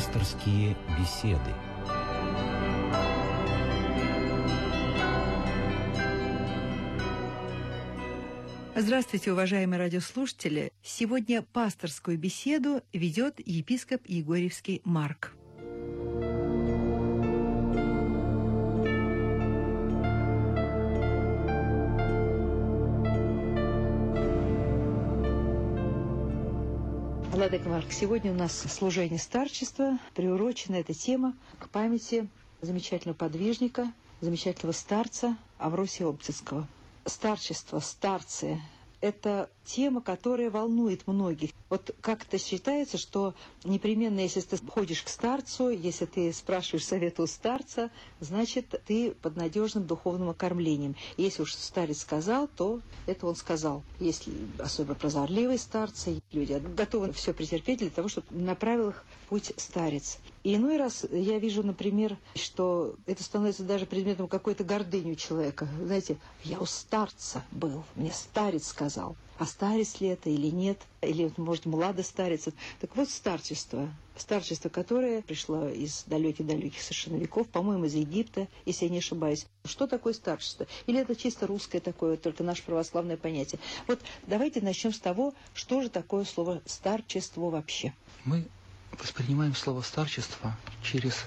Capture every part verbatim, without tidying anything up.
Пасторские беседы. Здравствуйте, уважаемые радиослушатели! Сегодня пасторскую беседу ведет епископ Егорьевский Марк. Владыка Марк, сегодня у нас служение старчества, приурочена эта тема к памяти замечательного подвижника, замечательного старца Амвросия Обцецкого. Старчество, старцы – это тема, которая волнует многих. Вот как-то считается, что непременно, если ты ходишь к старцу, если ты спрашиваешь совета у старца, значит, ты под надежным духовным окормлением. Если уж старец сказал, то это он сказал. Если особо прозорливые старцы, люди готовы все претерпеть для того, чтобы направил их в путь старец. И иной раз я вижу, например, что это становится даже предметом какой-то гордыни у человека. Знаете, я у старца был, мне старец сказал. А старец ли это или нет? Или, может, младо старец? Так вот, старчество. Старчество, которое пришло из далеких-далеких совершенно веков, по-моему, из Египта, если я не ошибаюсь. Что такое старчество? Или это чисто русское такое, только наше православное понятие? Вот давайте начнем с того, что же такое слово «старчество» вообще. Мы воспринимаем слово «старчество» через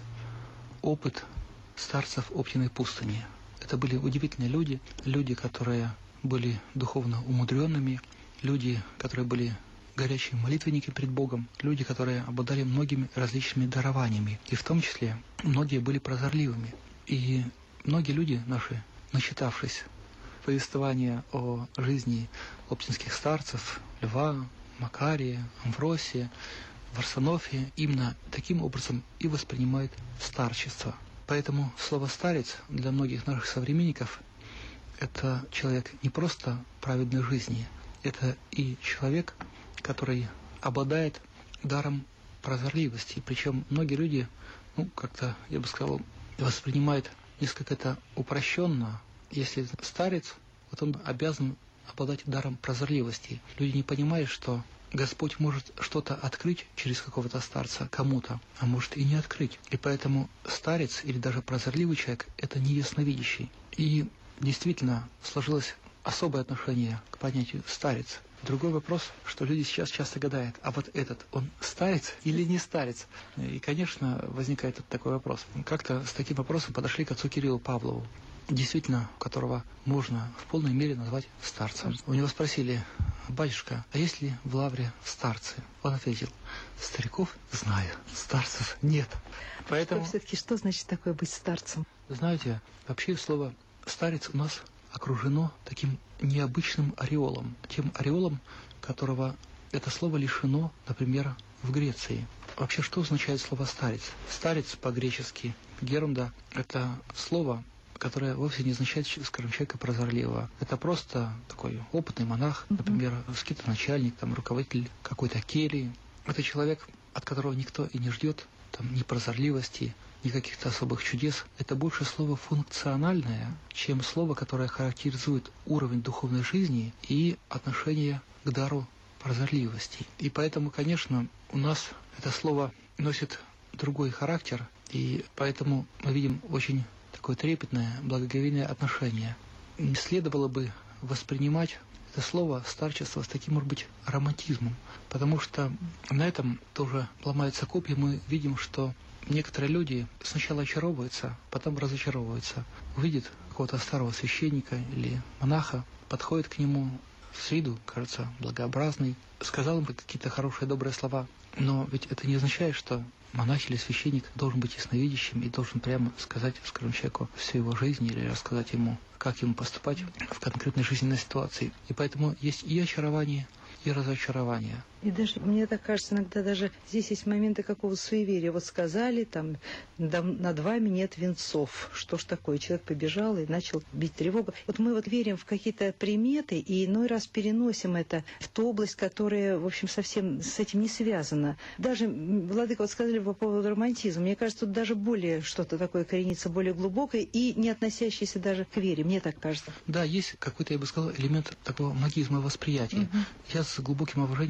опыт старцев Оптиной пустыни. Это были удивительные люди, люди, которые были духовно умудренными, люди, которые были горячие молитвенники пред Богом, люди, которые обладали многими различными дарованиями, и в том числе многие были прозорливыми. И многие люди наши, начитавшись повествования о жизни оптинских старцев, Льва, Макария, Амвросия, Варсонофия, именно таким образом и воспринимают старчество. Поэтому слово «старец» для многих наших современников – это человек не просто праведной жизни, это и человек, который обладает даром прозорливости. Причем многие люди, ну, как-то, я бы сказал, воспринимают несколько это упрощенно. Если старец, вот он обязан обладать даром прозорливости. Люди не понимают, что Господь может что-то открыть через какого-то старца кому-то, а может и не открыть. И поэтому старец или даже прозорливый человек – это не ясновидящий. И действительно сложилось особое отношение к понятию «старец». Другой вопрос, что люди сейчас часто гадают, а вот этот, он старец или не старец? И, конечно, возникает такой вопрос. Как-то с таким вопросом подошли к отцу Кириллу Павлову, действительно, которого можно в полной мере назвать старцем. У него спросили: «Батюшка, а есть ли в лавре старцы?» Он ответил: «Стариков знаю, старцев нет». Поэтому... Что все-таки что значит такое быть старцем? Знаете, вообще слово «старец» у нас окружено таким необычным ореолом, тем ореолом, которого это слово лишено, например, в Греции. Вообще, что означает слово «старец»? Старец по-гречески, герунда, это слово, которое вовсе не означает, скажем, человека прозорливого. Это просто такой опытный монах, например, скитоначальник, там, руководитель какой-то кельи. Это человек, от которого никто и не ждет там ни прозорливости, ни каких-то особых чудес. Это больше слово функциональное, чем слово, которое характеризует уровень духовной жизни и отношение к дару прозорливости. И поэтому, конечно, у нас это слово носит другой характер, и поэтому мы видим очень такое трепетное, благоговейное отношение. Не следовало бы воспринимать это слово «старчество» с таким, может быть, романтизмом, потому что на этом тоже ломаются копья. Мы видим, что некоторые люди сначала очаровываются, потом разочаровываются. Увидят какого-то старого священника или монаха, подходит к нему, с виду, кажется, благообразный, сказал им какие-то хорошие, добрые слова. Но ведь это не означает, что монах или священник должен быть ясновидящим и должен прямо сказать, скажем, человеку всю его жизнь или рассказать ему, как ему поступать в конкретной жизненной ситуации. И поэтому есть и очарование, и разочарование. И даже, мне так кажется, иногда даже здесь есть моменты какого-то суеверия. Вот сказали, там, над вами нет венцов. Что ж такое? Человек побежал и начал бить тревогу. Вот мы вот верим в какие-то приметы и иной раз переносим это в ту область, которая, в общем, совсем с этим не связана. Даже, Владыка, вот сказали по поводу романтизма. Мне кажется, тут даже более что-то такое коренится, более глубокое и не относящееся даже к вере. Мне так кажется. Да, есть какой-то, я бы сказал, элемент такого магизма восприятия. Угу. Я с глубоким уважением отношусь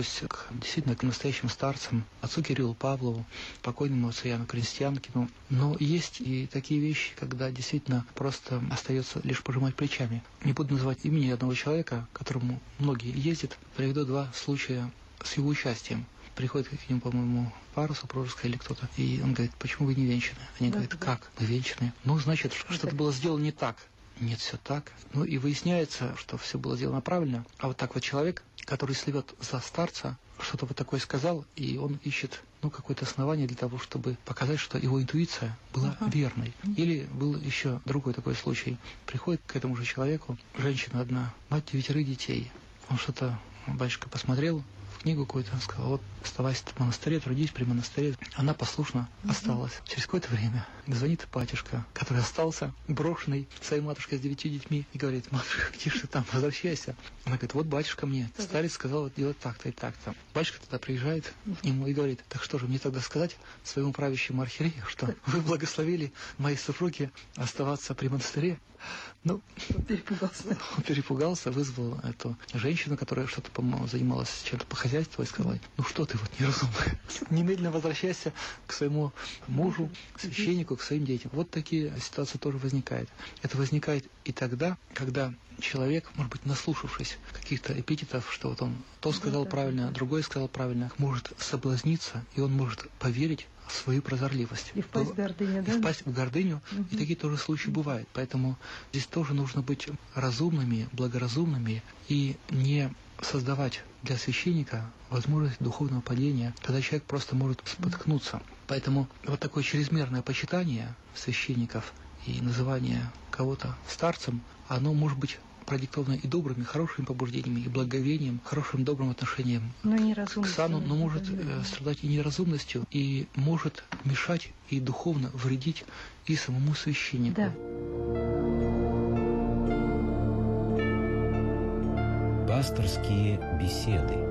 относится к, действительно к настоящим старцам, отцу Кириллу Павлову, покойному отцу Яну Крестьянкину. Но есть и такие вещи, когда действительно просто остается лишь пожимать плечами. Не буду называть имени одного человека, к которому многие ездят. Приведу два случая с его участием. Приходит к нему, по-моему, пара супружеская или кто-то, и он говорит: почему вы не венчаны? Они да, говорят: да. Как? Мы венчаны. Ну, значит, вот что-то было сделано не так. Нет, все так. Ну и выясняется, что все было сделано правильно. А вот так вот человек, который слывет за старца, что-то вот такое сказал, и он ищет ну, какое-то основание для того, чтобы показать, что его интуиция была uh-huh. верной. Или был еще другой такой случай. Приходит к этому же человеку женщина одна, мать девятерых детей. Он что-то, батюшка посмотрел книгу какую-то, он сказал: вот оставайся в монастыре, трудись при монастыре. Она послушно mm-hmm. осталась. Через какое-то время звонит батюшка, который остался брошенный своей матушкой с девятью детьми, и говорит: матушка, где же ты там, возвращайся. Она говорит: вот батюшка мне, старец сказал вот делать так-то и так-то. Батюшка тогда приезжает mm-hmm. к нему и говорит: так что же мне тогда сказать своему правящему архиерею, что вы благословили моей супруге оставаться при монастыре? Ну, перепугался. Он перепугался, вызвал эту женщину, которая что-то, по-моему, занималась чем-то по хозяйству, и сказала: ну что ты вот неразумная, немедленно возвращайся к своему мужу, священнику, к своим детям. Вот такие ситуации тоже возникают. Это возникает и тогда, когда человек, может быть, наслушавшись каких-то эпитетов, что вот он то сказал да, правильно, да. другой сказал правильно, может соблазниться, и он может поверить в свою прозорливость. И впасть в гордыню, да? И впасть в гордыню, угу. и такие тоже случаи бывают. Поэтому здесь тоже нужно быть разумными, благоразумными и не создавать для священника возможность духовного падения, когда человек просто может споткнуться. Поэтому вот такое чрезмерное почитание священников и называние кого-то старцем, оно может быть продиктовано и добрыми, хорошими побуждениями, и благоговением, хорошим, добрым отношением к сану, но может э, страдать и неразумностью, и может мешать и духовно вредить и самому священнику. Да. Пасторские беседы.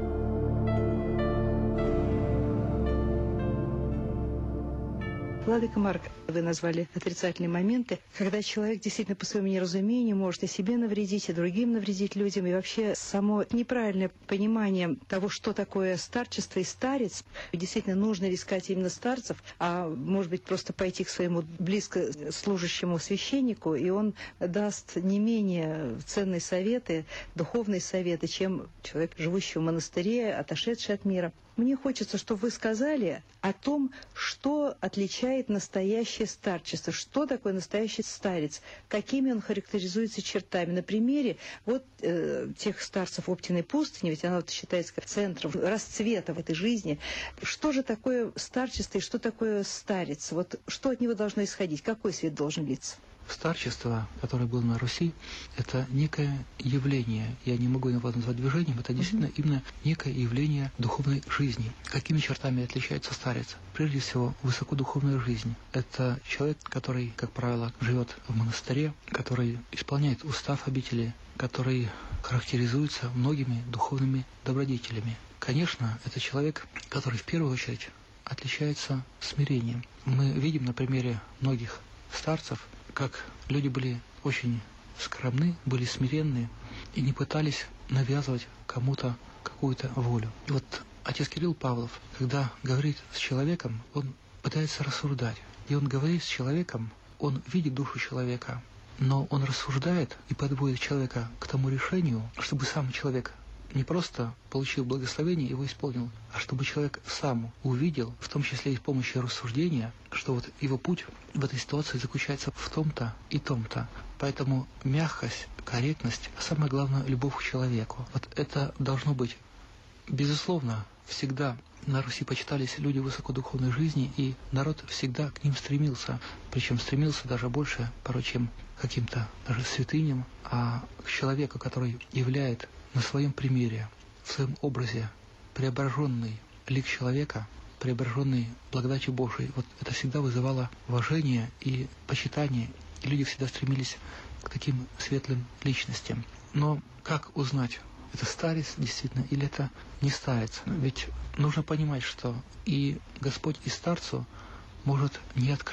Владыка Марк, вы назвали отрицательные моменты, когда человек действительно по своему неразумению может и себе навредить, и другим навредить людям, и вообще само неправильное понимание того, что такое старчество и старец. Действительно, нужно ли искать именно старцев, а может быть просто пойти к своему близко служащему священнику, и он даст не менее ценные советы, духовные советы, чем человек, живущий в монастыре, отошедший от мира. Мне хочется, чтобы вы сказали о том, что отличает настоящее старчество, что такое настоящий старец, какими он характеризуется чертами. На примере вот э, тех старцев Оптиной пустыни, ведь она вот считается как центром расцвета в этой жизни. Что же такое старчество и что такое старец? Вот что от него должно исходить, какой свет должен литься? Старчество, которое было на Руси, это некое явление, я не могу его назвать движением, это действительно mm-hmm. именно некое явление духовной жизни. Какими чертами отличается старец? Прежде всего, высокодуховная жизнь. Это человек, который, как правило, живет в монастыре, который исполняет устав обители, который характеризуется многими духовными добродетелями. Конечно, это человек, который в первую очередь отличается смирением. Мы видим на примере многих старцев, как люди были очень скромны, были смиренны и не пытались навязывать кому-то какую-то волю. И вот отец Кирилл Павлов, когда говорит с человеком, он пытается рассуждать. И он говорит с человеком, он видит душу человека, но он рассуждает и подводит человека к тому решению, чтобы сам человек не просто получил благословение и его исполнил, а чтобы человек сам увидел, в том числе и с помощью рассуждения, что вот его путь в этой ситуации заключается в том-то и том-то. Поэтому мягкость, корректность, а самое главное, любовь к человеку. Вот это должно быть. Безусловно, всегда на Руси почитались люди высокодуховной жизни, и народ всегда к ним стремился. Причем стремился даже больше, порой, чем к каким-то даже святыням, а к человеку, который являет на своем примере, в своем образе преображенный лик человека, преображенный благодатью Божией. Вот это всегда вызывало уважение и почитание, и люди всегда стремились к таким светлым личностям. Но как узнать, это старец действительно или это не старец? Ведь нужно понимать, что и Господь и старцу может не открыть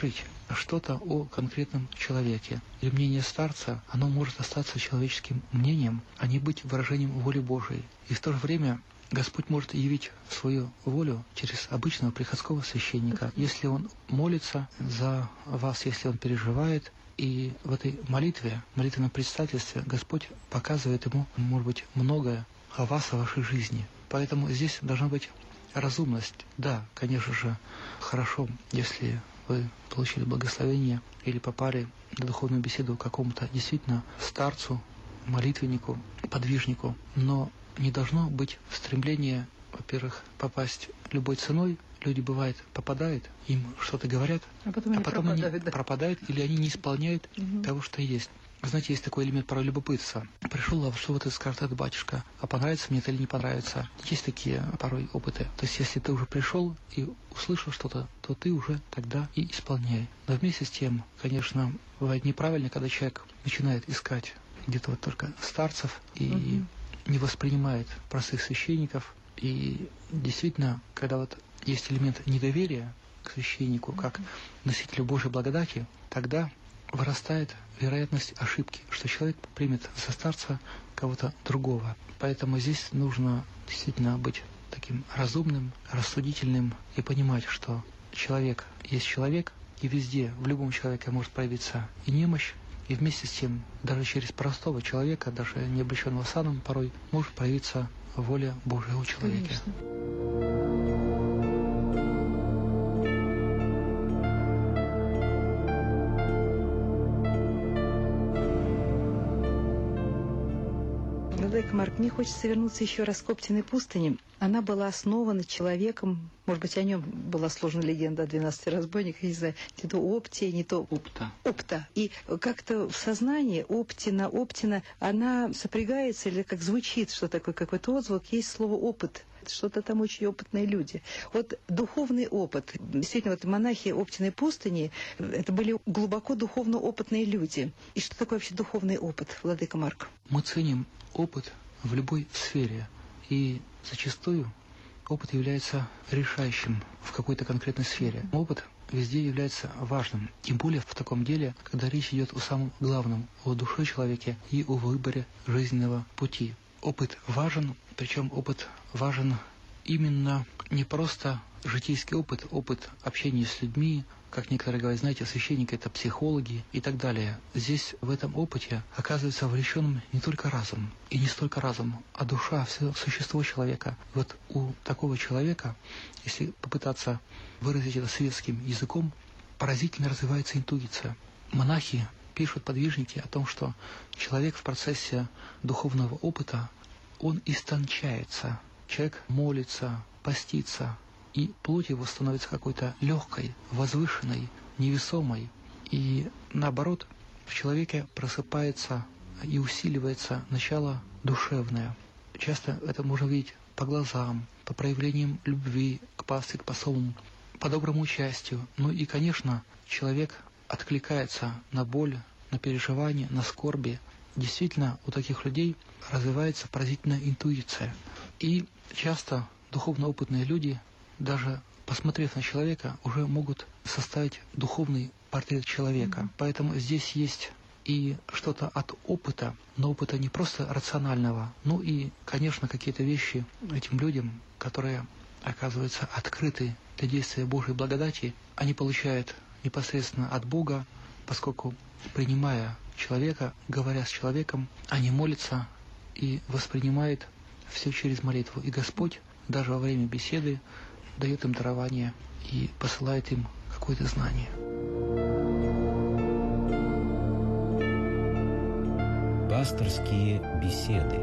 что-то о конкретном человеке. И мнение старца, оно может остаться человеческим мнением, а не быть выражением воли Божией. И в то же время Господь может явить свою волю через обычного приходского священника, если он молится за вас, если он переживает. И в этой молитве, молитвенном предстательстве Господь показывает ему, может быть, многое о вас, о вашей жизни. Поэтому здесь должна быть разумность. Да, конечно же, хорошо, если вы получили благословение или попали на духовную беседу к какому-то действительно старцу, молитвеннику, подвижнику, но не должно быть стремления, во-первых, попасть любой ценой. Люди, бывает, попадают, им что-то говорят, а потом, а потом пропадают, они да. пропадают или они не исполняют угу. того, что есть. Знаете, есть такой элемент про любопытство. Пришел, а что вот это скажет этот батюшка? А понравится мне это или не понравится? Есть такие порой опыты. То есть, если ты уже пришел и услышал что-то, то ты уже тогда и исполняй. Но вместе с тем, конечно, бывает неправильно, когда человек начинает искать где-то вот только старцев и угу. не воспринимает простых священников. И действительно, когда вот есть элемент недоверия к священнику, как носителю Божьей благодати, тогда вырастает вероятность ошибки, что человек примет за старца кого-то другого. Поэтому здесь нужно действительно быть таким разумным, рассудительным и понимать, что человек есть человек, и везде, в любом человеке может проявиться и немощь, и вместе с тем, даже через простого человека, даже не облеченного саном, порой может проявиться воля Божия у человека. Конечно. Владыка Марк, мне хочется вернуться еще раз к Оптиной пустыне. Она была основана человеком, может быть, о нем была сложена легенда о двенадцати разбойниках, я не знаю, не то Оптия, не то Опта. Опта. И как-то в сознании Оптина, Оптина, она сопрягается или как звучит, что такое какой-то отзвук, есть слово «опыт». Что-то там очень опытные люди. Вот духовный опыт. Действительно, вот монахи Оптиной пустыни, это были глубоко духовно опытные люди. И что такое вообще духовный опыт, Владыка Марк? Мы ценим опыт в любой сфере. И зачастую опыт является решающим в какой-то конкретной сфере. Опыт везде является важным. Тем более в таком деле, когда речь идет о самом главном, о душе человека и о выборе жизненного пути. Опыт важен, причем опыт важен именно не просто житейский опыт, опыт общения с людьми, как некоторые говорят, знаете, священники – это психологи и так далее. Здесь, в этом опыте, оказывается вовлеченным не только разум, и не столько разум, а душа, все существо человека. Вот у такого человека, если попытаться выразить это светским языком, поразительно развивается интуиция. Монахи пишут, подвижники, о том, что человек в процессе духовного опыта, он истончается. Человек молится, постится, и плоть его становится какой-то легкой, возвышенной, невесомой. И наоборот, в человеке просыпается и усиливается начало душевное. Часто это можно видеть по глазам, по проявлениям любви к пастве, к посолам, по доброму участию. Ну и, конечно, человек откликается на боль, на переживания, на скорби. Действительно, у таких людей развивается поразительная интуиция. И часто духовно опытные люди, даже посмотрев на человека, уже могут составить духовный портрет человека. Mm-hmm. Поэтому здесь есть и что-то от опыта, но опыта не просто рационального, ну и, конечно, какие-то вещи этим людям, которые оказываются открыты для действия Божьей благодати, они получают непосредственно от Бога, поскольку, принимая человека, говоря с человеком, они молятся и воспринимают все через молитву. И Господь даже во время беседы дает им дарование и посылает им какое-то знание. Пасторские беседы.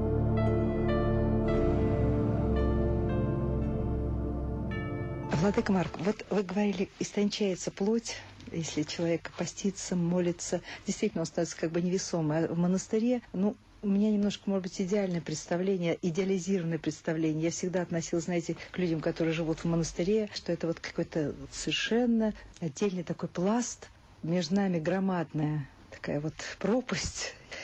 Владыка Марк, вот вы говорили, истончается плоть, если человек постится, молится. Действительно, он становится как бы невесомым. А в монастыре, ну, у меня немножко, может быть, идеальное представление, идеализированное представление. Я всегда относилась, знаете, к людям, которые живут в монастыре, что это вот какой-то совершенно отдельный такой пласт. Между нами громадная такая вот пропасть.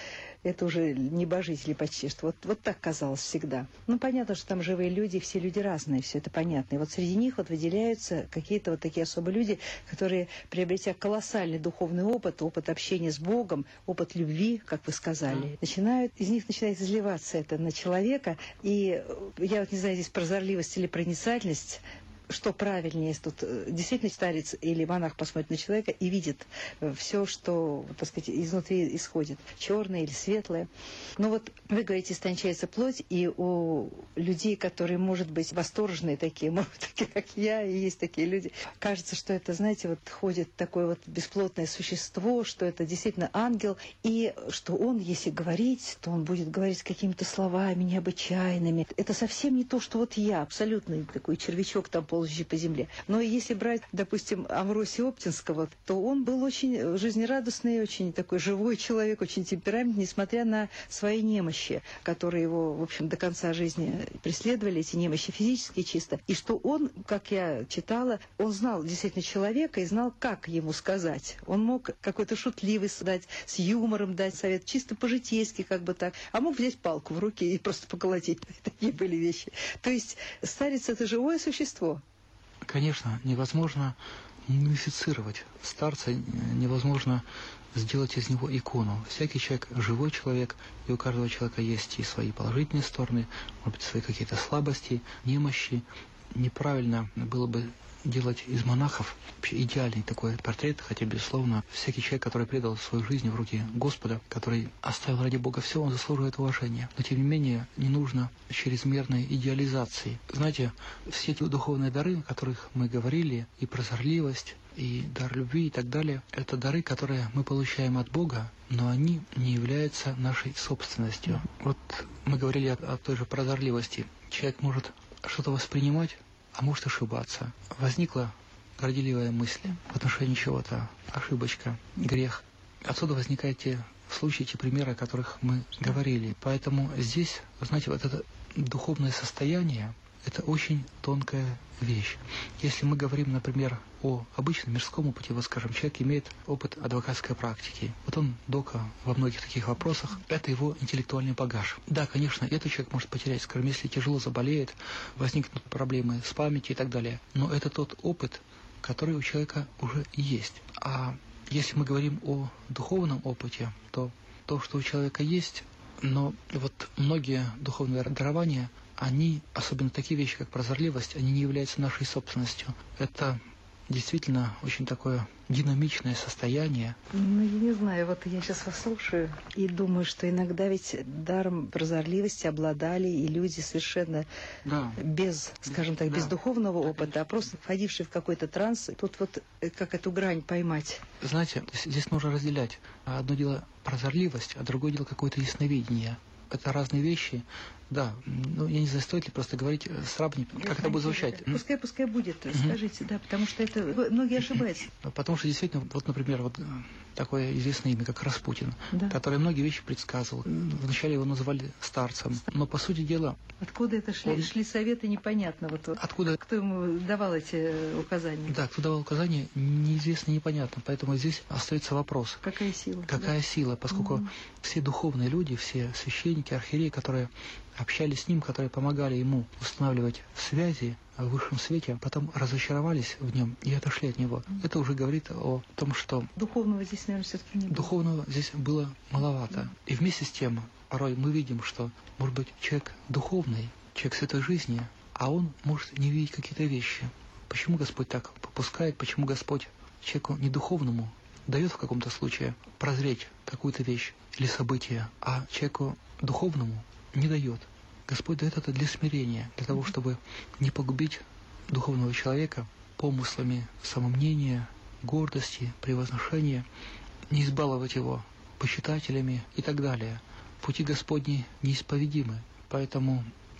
это уже небожители почти что. Вот, вот так казалось всегда. Ну, понятно, что там живые люди, все люди разные, все это понятно. И вот среди них вот выделяются какие-то вот такие особые люди, которые, приобретя колоссальный духовный опыт, опыт общения с Богом, опыт любви, как вы сказали, начинают, из них начинает изливаться это на человека. И я вот не знаю, здесь прозорливость или проницательность, что правильнее, если тут действительно старец или монах посмотрит на человека и видит все, что, так сказать, изнутри исходит, черное или светлое. Но вот вы говорите, истончается плоть, и у людей, которые, может быть, восторженные такие, может быть, такие, как я, и есть такие люди, кажется, что это, знаете, вот ходит такое вот бесплотное существо, что это действительно ангел, и что он, если говорить, то он будет говорить какими-то словами необычайными. Это совсем не то, что вот я, абсолютно такой червячок там, ползущий по земле. Но если брать, допустим, Амвросия Оптинского, то он был очень жизнерадостный, очень такой живой человек, очень темпераментный, несмотря на свои немощи, которые его, в общем, до конца жизни преследовали, эти немощи физические чисто. И что он, как я читала, он знал действительно человека и знал, как ему сказать. Он мог какой-то шутливый дать, с юмором дать совет, чисто по-житейски, как бы так. А мог взять палку в руки и просто поколотить. Такие были вещи. То есть старец — это живое существо. Конечно, невозможно мумифицировать старца, невозможно сделать из него икону. Всякий человек – живой человек, и у каждого человека есть и свои положительные стороны, может быть, свои какие-то слабости, немощи. Неправильно было бы делать из монахов вообще идеальный такой портрет, хотя, безусловно, всякий человек, который предал свою жизнь в руки Господа, который оставил ради Бога все, он заслуживает уважения. Но, тем не менее, не нужно чрезмерной идеализации. Знаете, все эти духовные дары, о которых мы говорили, и прозорливость, и дар любви и так далее, это дары, которые мы получаем от Бога, но они не являются нашей собственностью. Вот мы говорили о, о той же прозорливости. Человек может что-то воспринимать, а может ошибаться. Возникла горделивая мысль в отношении чего-то, ошибочка, грех. Отсюда возникают те случаи, те примеры, о которых мы говорили. Поэтому здесь, знаете, вот это духовное состояние, это очень тонкая вещь. Если мы говорим, например, о обычном мирском опыте, вот, скажем, человек имеет опыт адвокатской практики. Вот он дока во многих таких вопросах, это его интеллектуальный багаж. Да, конечно, этот человек может потерять, скажем, если тяжело заболеет, возникнут проблемы с памятью и так далее. Но это тот опыт, который у человека уже есть. А если мы говорим о духовном опыте, то то, что у человека есть, но вот многие духовные дарования, они, особенно такие вещи, как прозорливость, они не являются нашей собственностью. Это действительно очень такое динамичное состояние. Ну, я не знаю, вот я сейчас вас слушаю и думаю, что иногда ведь даром прозорливости обладали и люди совершенно да. без, скажем так, да. без духовного опыта, а просто входившие в какой-то транс. Тут вот как эту грань поймать? Знаете, здесь нужно разделять. Одно дело прозорливость, а другое дело какое-то ясновидение. Это разные вещи. Да, ну я не знаю, стоит ли просто говорить, сравнить, как это, это будет звучать. Это. Пускай, пускай будет, mm-hmm. скажите, да, потому что это многие ошибаются. Потому что действительно, вот, например, вот такое известное имя, как Распутин, да. который многие вещи предсказывал. Вначале его называли старцем, но по сути дела... Откуда это шли, он... шли советы, непонятно. Вот, Откуда... Кто ему давал эти указания? Да, кто давал указания, неизвестно, непонятно. Поэтому здесь остается вопрос. Какая сила? Какая да? сила, поскольку mm-hmm. все духовные люди, все священники, архиереи, которые общались с ним, которые помогали ему устанавливать связи в высшем свете, потом разочаровались в нем и отошли от него. Mm-hmm. Это уже говорит о том, что... Духовного здесь, наверное, все-таки не было. Духовного здесь было маловато. Mm-hmm. И вместе с тем, порой мы видим, что, может быть, человек духовный, человек святой жизни, а он может не видеть какие-то вещи. Почему Господь так попускает, почему Господь человеку недуховному дает в каком-то случае прозреть какую-то вещь или событие, а человеку духовному не дает. Господь дает это для смирения, для того, чтобы не погубить духовного человека помыслами самомнения, гордости, превозношения, не избаловать его почитателями и так далее. Пути Господни неисповедимы, поэтому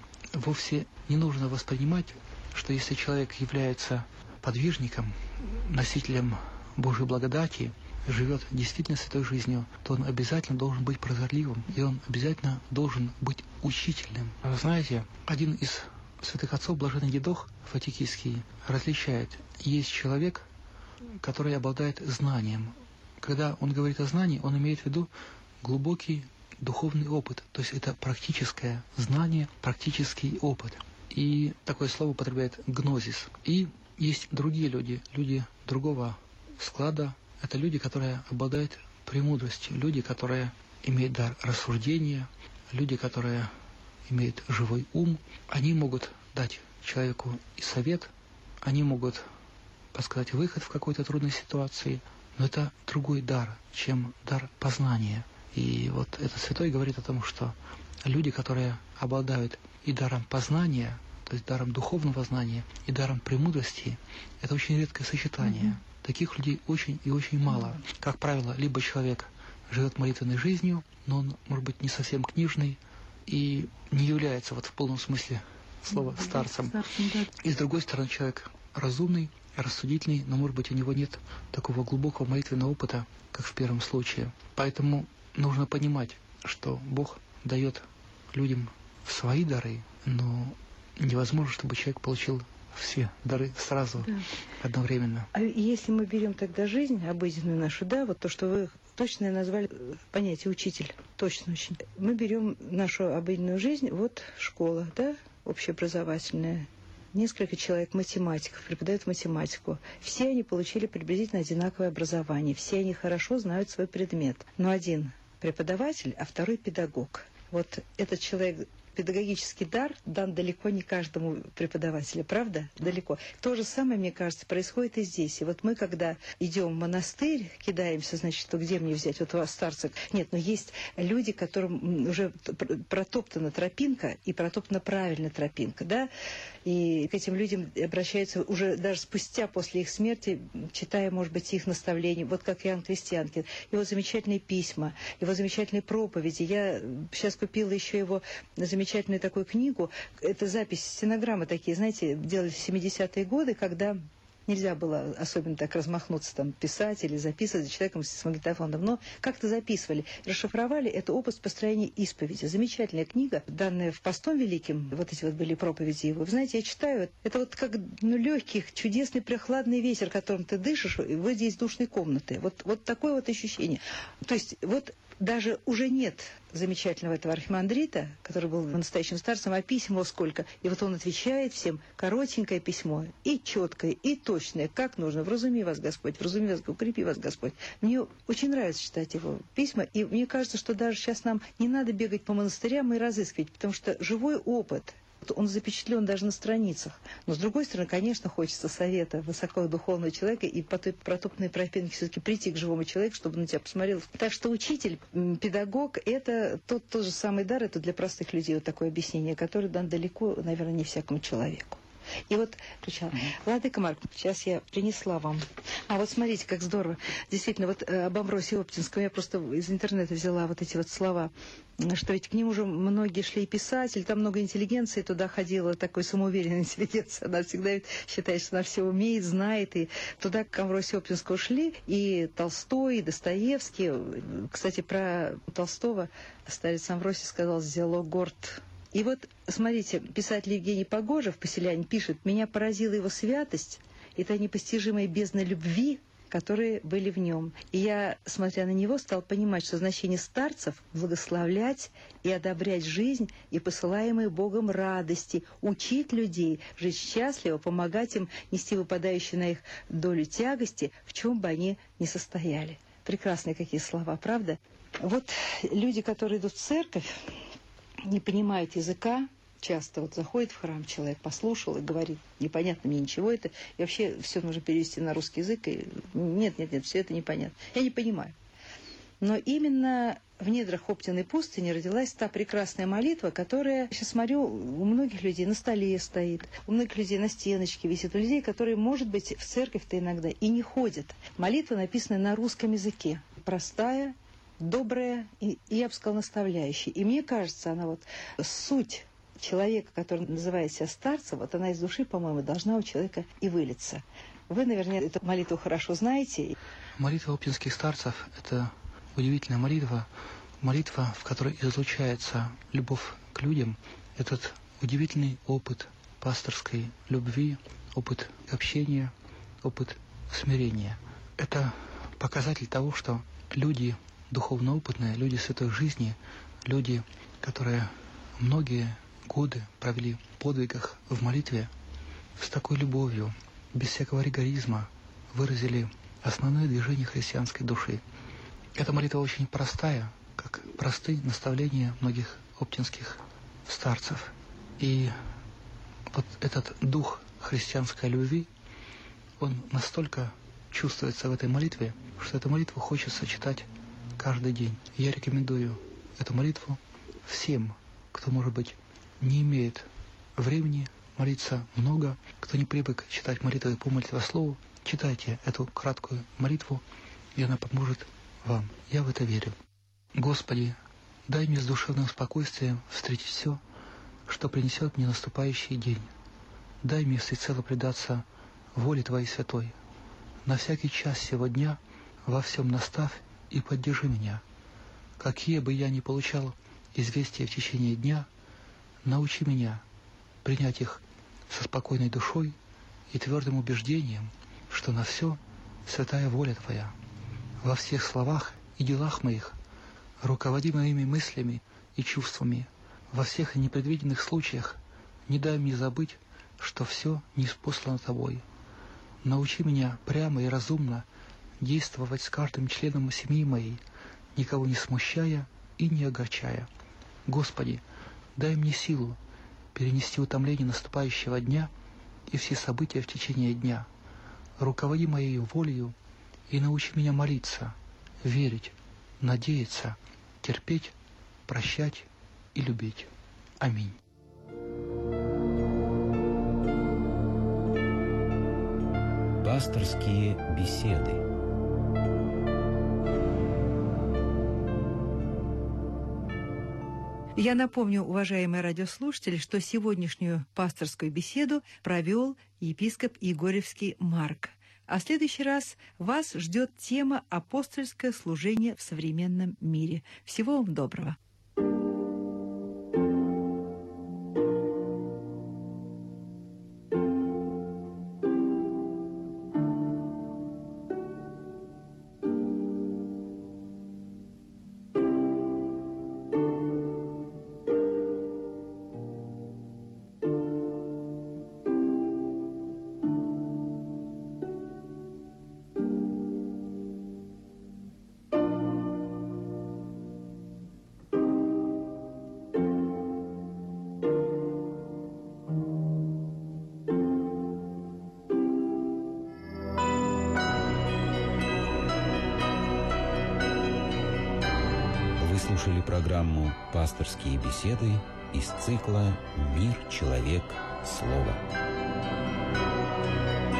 вовсе не нужно воспринимать, что если человек является подвижником, носителем Божьей благодати, живет действительно святой жизнью, то он обязательно должен быть прозорливым, и он обязательно должен быть учительным. Знаете, один из святых отцов, блаженный Дидох Фатикийский, различает. Есть человек, который обладает знанием. Когда он говорит о знании, он имеет в виду глубокий духовный опыт, то есть это практическое знание, практический опыт. И такое слово употребляет гнозис. И есть другие люди, люди другого склада. Это люди, которые обладают премудростью, люди, которые имеют дар рассуждения, люди, которые имеют живой ум. Они могут дать человеку и совет, они могут подсказать выход в какой-то трудной ситуации, но это другой дар, чем дар познания. И вот этот святой говорит о том, что люди, которые обладают и даром познания, то есть даром духовного знания, и даром премудрости, это очень редкое сочетание. Mm-hmm. Таких людей очень и очень мало. Mm-hmm. Как правило, либо человек живет молитвенной жизнью, но он, может быть, не совсем книжный и не является вот в полном смысле слова mm-hmm. старцем. Старцем, да. И с другой стороны, человек разумный, рассудительный, но, может быть, у него нет такого глубокого молитвенного опыта, как в первом случае. Поэтому нужно понимать, что Бог дает людям свои дары, но невозможно, чтобы человек получил все дары сразу, да, одновременно. А если мы берем тогда жизнь обыденную нашу, да, вот то, что вы точно назвали понятие учитель, точно очень. Мы берем нашу обыденную жизнь, вот школа, да, общеобразовательная. Несколько человек математиков преподают математику. Все они получили приблизительно одинаковое образование. Все они хорошо знают свой предмет. Но один преподаватель, а второй педагог. Вот этот человек, педагогический дар дан далеко не каждому преподавателю, правда? Далеко. То же самое, мне кажется, происходит и здесь. И вот мы, когда идем в монастырь, кидаемся, значит, что где мне взять? Вот у вас старцев. Нет, но есть люди, которым уже протоптана тропинка, и протоптана правильно тропинка, да? И к этим людям обращаются уже даже спустя после их смерти, читая, может быть, их наставления. Вот как Иоанн Крестьянкин. Его замечательные письма, его замечательные проповеди. Я сейчас купила еще его замечательные замечательную такую книгу. Это запись, стенограммы такие, знаете, делали в семидесятые годы, когда нельзя было особенно так размахнуться, там, писать или записывать за человеком с магнитофоном. Но как-то записывали, расшифровали. Это опус построения исповеди. Замечательная книга, данная в постом великим. Вот эти вот были проповеди его. Вы знаете, я читаю, это вот как, ну, легкий, чудесный, прохладный ветер, которым ты дышишь, и вы здесь душной комнаты. Вот, вот такое вот ощущение. То есть вот даже уже нет замечательного этого архимандрита, который был настоящим старцем, а писем его сколько. И вот он отвечает всем, коротенькое письмо, и четкое, и точное, как нужно. Вразуми вас, Господь, вразуми вас, укрепи вас, Господь. Мне очень нравится читать его письма, и мне кажется, что даже сейчас нам не надо бегать по монастырям и разыскивать, потому что живой опыт, он запечатлен даже на страницах. Но, с другой стороны, конечно, хочется совета высокодуховного человека и по той протоптанной тропинке все-таки прийти к живому человеку, чтобы на тебя посмотрел. Так что учитель, педагог – это тот, тот же самый дар, это для простых людей вот такое объяснение, которое дан далеко, наверное, не всякому человеку. И вот, включала. Владыка Марк, сейчас я принесла вам. А вот смотрите, как здорово. Действительно, вот э, об Амвросии Оптинском я просто из интернета взяла вот эти вот слова, что ведь к ним уже многие шли и писатели, там много интеллигенции туда ходила, такой самоуверенной интеллигенции. Она всегда считает, что она все умеет, знает. И туда к Амвросию Оптинскому шли и Толстой, и Достоевский. Кстати, про Толстого старец Амвросий сказал «Зелогорд». И вот, смотрите, писатель Евгений Погожев, поселянин, пишет: «Меня поразила его святость и та непостижимая бездна любви, которые были в нем. И я, смотря на него, стал понимать, что значение старцев – благословлять и одобрять жизнь и посылаемые Богом радости, учить людей жить счастливо, помогать им нести выпадающие на их долю тягости, в чем бы они ни состояли». Прекрасные какие слова, правда? Вот люди, которые идут в церковь, не понимают языка, часто вот заходит в храм человек, послушал и говорит: непонятно мне ничего это, и вообще все нужно перевести на русский язык, и нет, нет, нет, все это непонятно. Я не понимаю. Но именно в недрах Оптиной пустыни родилась та прекрасная молитва, которая, сейчас смотрю, у многих людей на столе стоит, у многих людей на стеночке висит, у людей, которые, может быть, в церковь-то иногда и не ходят. Молитва написана на русском языке, простая, добрая и, я бы сказала, наставляющая. И мне кажется, она вот суть человека, который называет себя старцем, вот она из души, по-моему, должна у человека и вылиться. Вы, наверное, эту молитву хорошо знаете. Молитва оптинских старцев – это удивительная молитва, молитва, в которой излучается любовь к людям, этот удивительный опыт пасторской любви, опыт общения, опыт смирения. Это показатель того, что люди духовно опытные, люди святой жизни, люди, которые многие годы провели в подвигах, в молитве, с такой любовью, без всякого ригоризма, выразили основные движения христианской души. Эта молитва очень простая, как простые наставления многих оптинских старцев. И вот этот дух христианской любви, он настолько чувствуется в этой молитве, что эту молитву хочется читать каждый день. Я рекомендую эту молитву всем, кто, может быть, не имеет времени молиться много, кто не привык читать молитвы по молитвослову, читайте эту краткую молитву, и она поможет вам. Я в это верю. Господи, дай мне с душевным спокойствием встретить все, что принесет мне наступающий день. Дай мне всецело предаться воле Твоей святой. На всякий час сего дня во всем наставь и поддержи меня. Какие бы я ни получал известия в течение дня, научи меня принять их со спокойной душой и твердым убеждением, что на все святая воля Твоя. Во всех словах и делах моих руководи моими мыслями и чувствами. Во всех непредвиденных случаях не дай мне забыть, что все ниспослано Тобой. Научи меня прямо и разумно действовать с каждым членом семьи моей, никого не смущая и не огорчая. Господи, дай мне силу перенести утомление наступающего дня и все события в течение дня. Руководи моей волею и научи меня молиться, верить, надеяться, терпеть, прощать и любить. Аминь. Пасторские беседы. Я напомню, уважаемые радиослушатели, что сегодняшнюю пасторскую беседу провел епископ Егорьевский Марк. А в следующий раз вас ждет тема «Апостольское служение в современном мире». Всего вам доброго. Слушали программу «Пасторские беседы» из цикла «Мир, человек, слово».